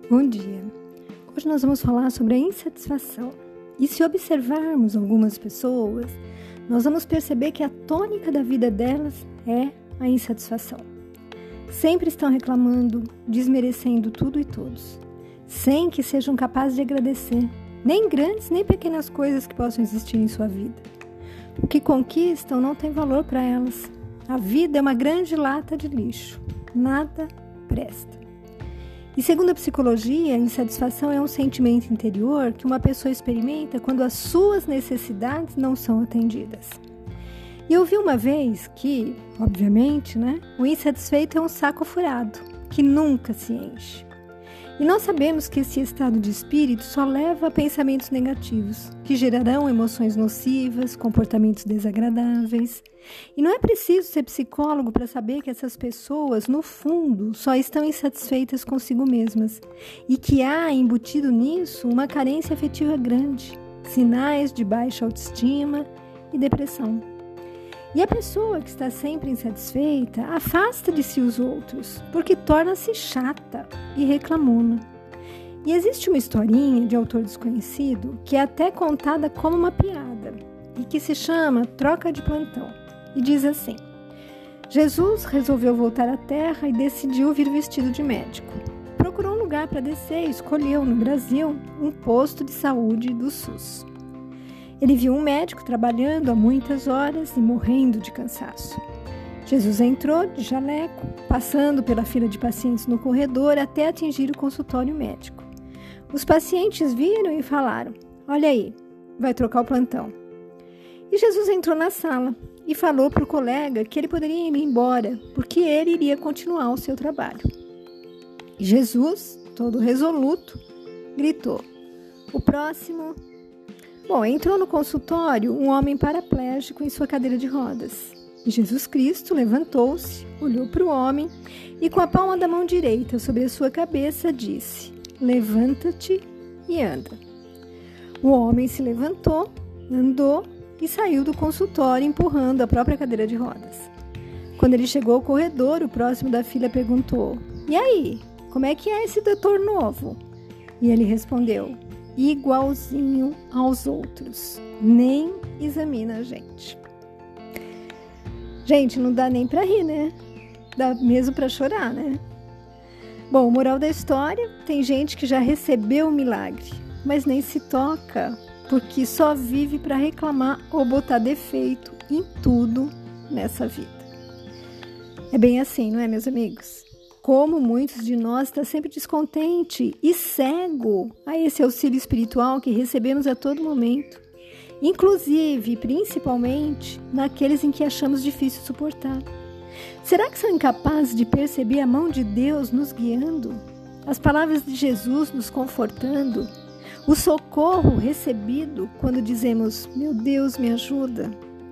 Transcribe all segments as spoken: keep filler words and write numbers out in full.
Bom dia! Hoje nós vamos falar sobre a insatisfação. E se observarmos algumas pessoas, nós vamos perceber que a tônica da vida delas é a insatisfação. Sempre estão reclamando, desmerecendo tudo e todos, sem que sejam capazes de agradecer, nem grandes nem pequenas coisas que possam existir em sua vida. O que conquistam não tem valor para elas. A vida é uma grande lata de lixo. Nada presta. E segundo a psicologia, a insatisfação é um sentimento interior que uma pessoa experimenta quando as suas necessidades não são atendidas. E eu vi uma vez que, obviamente, né, o insatisfeito é um saco furado, que nunca se enche. E nós sabemos que esse estado de espírito só leva a pensamentos negativos, que gerarão emoções nocivas, comportamentos desagradáveis. E não é preciso ser psicólogo para saber que essas pessoas, no fundo, só estão insatisfeitas consigo mesmas e que há embutido nisso uma carência afetiva grande, sinais de baixa autoestima e depressão. E a pessoa que está sempre insatisfeita afasta de si os outros, porque torna-se chata e reclamona. E existe uma historinha de autor desconhecido que é até contada como uma piada e que se chama Troca de Plantão. E diz assim: Jesus resolveu voltar à terra e decidiu vir vestido de médico. Procurou um lugar para descer e escolheu, no Brasil, um posto de saúde do SUS. Ele viu um médico trabalhando há muitas horas e morrendo de cansaço. Jesus entrou de jaleco, passando pela fila de pacientes no corredor até atingir o consultório médico. Os pacientes viram e falaram: "Olha aí, vai trocar o plantão." E Jesus entrou na sala e falou para o colega que ele poderia ir embora, porque ele iria continuar o seu trabalho. E Jesus, todo resoluto, gritou: "O próximo..." Bom, entrou no consultório um homem paraplégico em sua cadeira de rodas. E Jesus Cristo levantou-se, olhou para o homem e com a palma da mão direita sobre a sua cabeça disse: "Levanta-te e anda." O homem se levantou, andou e saiu do consultório empurrando a própria cadeira de rodas. Quando ele chegou ao corredor, o próximo da fila perguntou: "E aí, como é que é esse doutor novo?" E ele respondeu: "Igualzinho aos outros, nem examina a gente." Gente, não dá nem pra rir, né? Dá mesmo pra chorar, né? Bom, moral da história, tem gente que já recebeu o milagre, mas nem se toca, porque só vive para reclamar ou botar defeito em tudo nessa vida. É bem assim, não é, meus amigos? Como muitos de nós está sempre descontente e cego a esse auxílio espiritual que recebemos a todo momento, inclusive, principalmente, naqueles em que achamos difícil suportar. Será que são incapazes de perceber a mão de Deus nos guiando, as palavras de Jesus nos confortando, o socorro recebido quando dizemos: "Meu Deus, me ajuda"?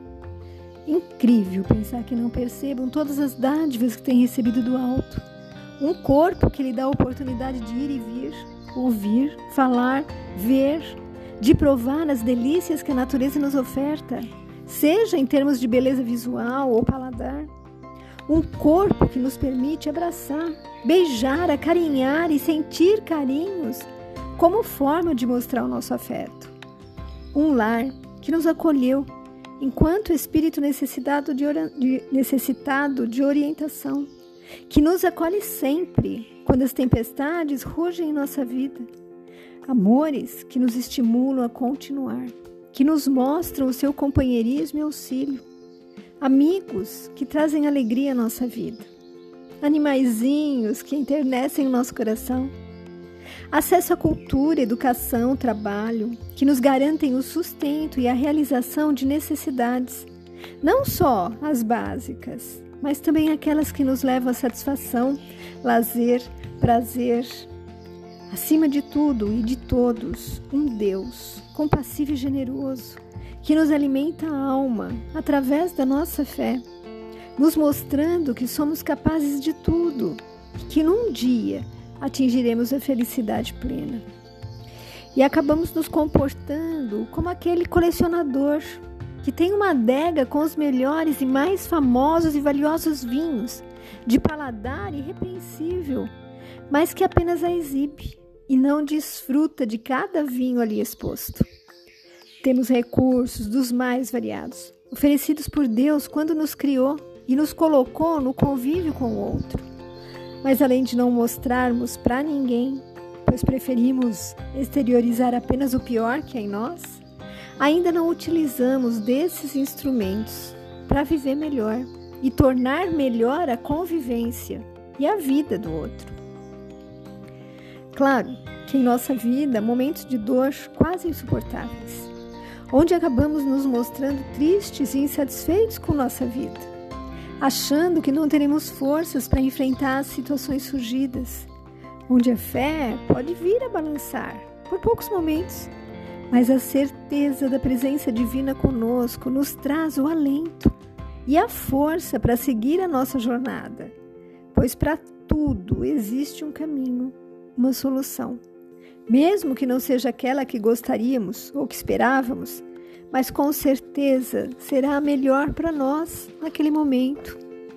Incrível pensar que não percebam todas as dádivas que têm recebido do alto. Um corpo que lhe dá a oportunidade de ir e vir, ouvir, falar, ver, de provar as delícias que a natureza nos oferta, seja em termos de beleza visual ou paladar. Um corpo que nos permite abraçar, beijar, acarinhar e sentir carinhos como forma de mostrar o nosso afeto. Um lar que nos acolheu enquanto espírito necessitado de, ori- de, necessitado de orientação, que nos acolhe sempre quando as tempestades rugem em nossa vida. Amores que nos estimulam a continuar, que nos mostram o seu companheirismo e auxílio. Amigos que trazem alegria à nossa vida. Animaizinhos que enternecem o nosso coração. Acesso à cultura, educação, trabalho, que nos garantem o sustento e a realização de necessidades, não só as básicas, mas também aquelas que nos levam à satisfação, lazer, prazer. Acima de tudo e de todos, um Deus compassivo e generoso, que nos alimenta a alma através da nossa fé, nos mostrando que somos capazes de tudo e que num dia atingiremos a felicidade plena. E acabamos nos comportando como aquele colecionador que tem uma adega com os melhores e mais famosos e valiosos vinhos, de paladar irrepreensível, mas que apenas a exibe, e não desfruta de cada vinho ali exposto. Temos recursos dos mais variados, oferecidos por Deus quando nos criou e nos colocou no convívio com o outro. Mas além de não mostrarmos para ninguém, pois preferimos exteriorizar apenas o pior que há em nós, ainda não utilizamos desses instrumentos para viver melhor e tornar melhor a convivência e a vida do outro. Claro que em nossa vida há momentos de dor quase insuportáveis, onde acabamos nos mostrando tristes e insatisfeitos com nossa vida, achando que não teremos forças para enfrentar as situações surgidas, onde a fé pode vir a balançar por poucos momentos, mas a certeza da presença divina conosco nos traz o alento e a força para seguir a nossa jornada, pois para tudo existe um caminho, uma solução, mesmo que não seja aquela que gostaríamos ou que esperávamos, mas com certeza será a melhor para nós naquele momento.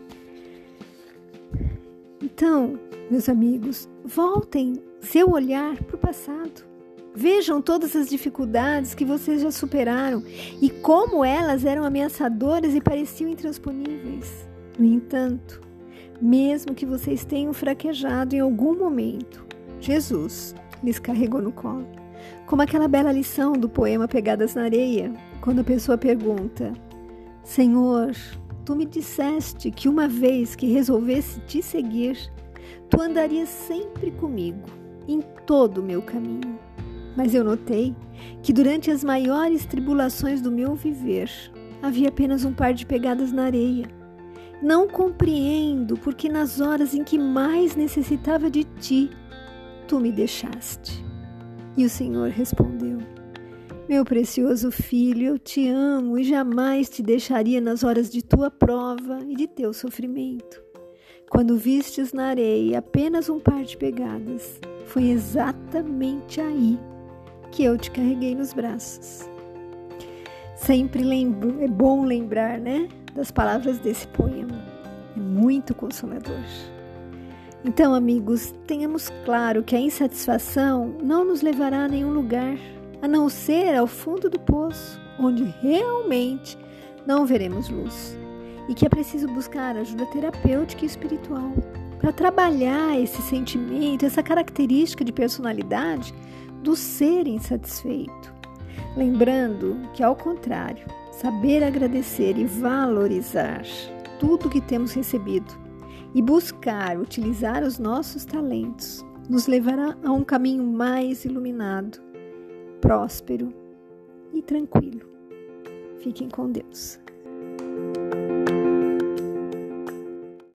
Então, meus amigos, voltem seu olhar para o passado. Vejam todas as dificuldades que vocês já superaram e como elas eram ameaçadoras e pareciam intransponíveis. No entanto, mesmo que vocês tenham fraquejado em algum momento, Jesus lhes carregou no colo. Como aquela bela lição do poema Pegadas na Areia, quando a pessoa pergunta: Senhor, tu me disseste que uma vez que resolvesse te seguir, tu andarias sempre comigo, em todo o meu caminho. Mas eu notei que durante as maiores tribulações do meu viver, havia apenas um par de pegadas na areia. Não compreendo porque nas horas em que mais necessitava de ti, tu me deixaste. E o Senhor respondeu: meu precioso filho, eu te amo e jamais te deixaria nas horas de tua prova e de teu sofrimento. Quando vistes na areia apenas um par de pegadas, foi exatamente aí que eu te carreguei nos braços. Sempre lembro, é bom lembrar, né, das palavras desse poema. É muito consolador. Então, amigos, tenhamos claro que a insatisfação não nos levará a nenhum lugar, a não ser ao fundo do poço, onde realmente não veremos luz. E que é preciso buscar ajuda terapêutica e espiritual para trabalhar esse sentimento, essa característica de personalidade do ser insatisfeito. Lembrando que, ao contrário, saber agradecer e valorizar tudo que temos recebido e buscar utilizar os nossos talentos nos levará a um caminho mais iluminado, próspero e tranquilo. Fiquem com Deus.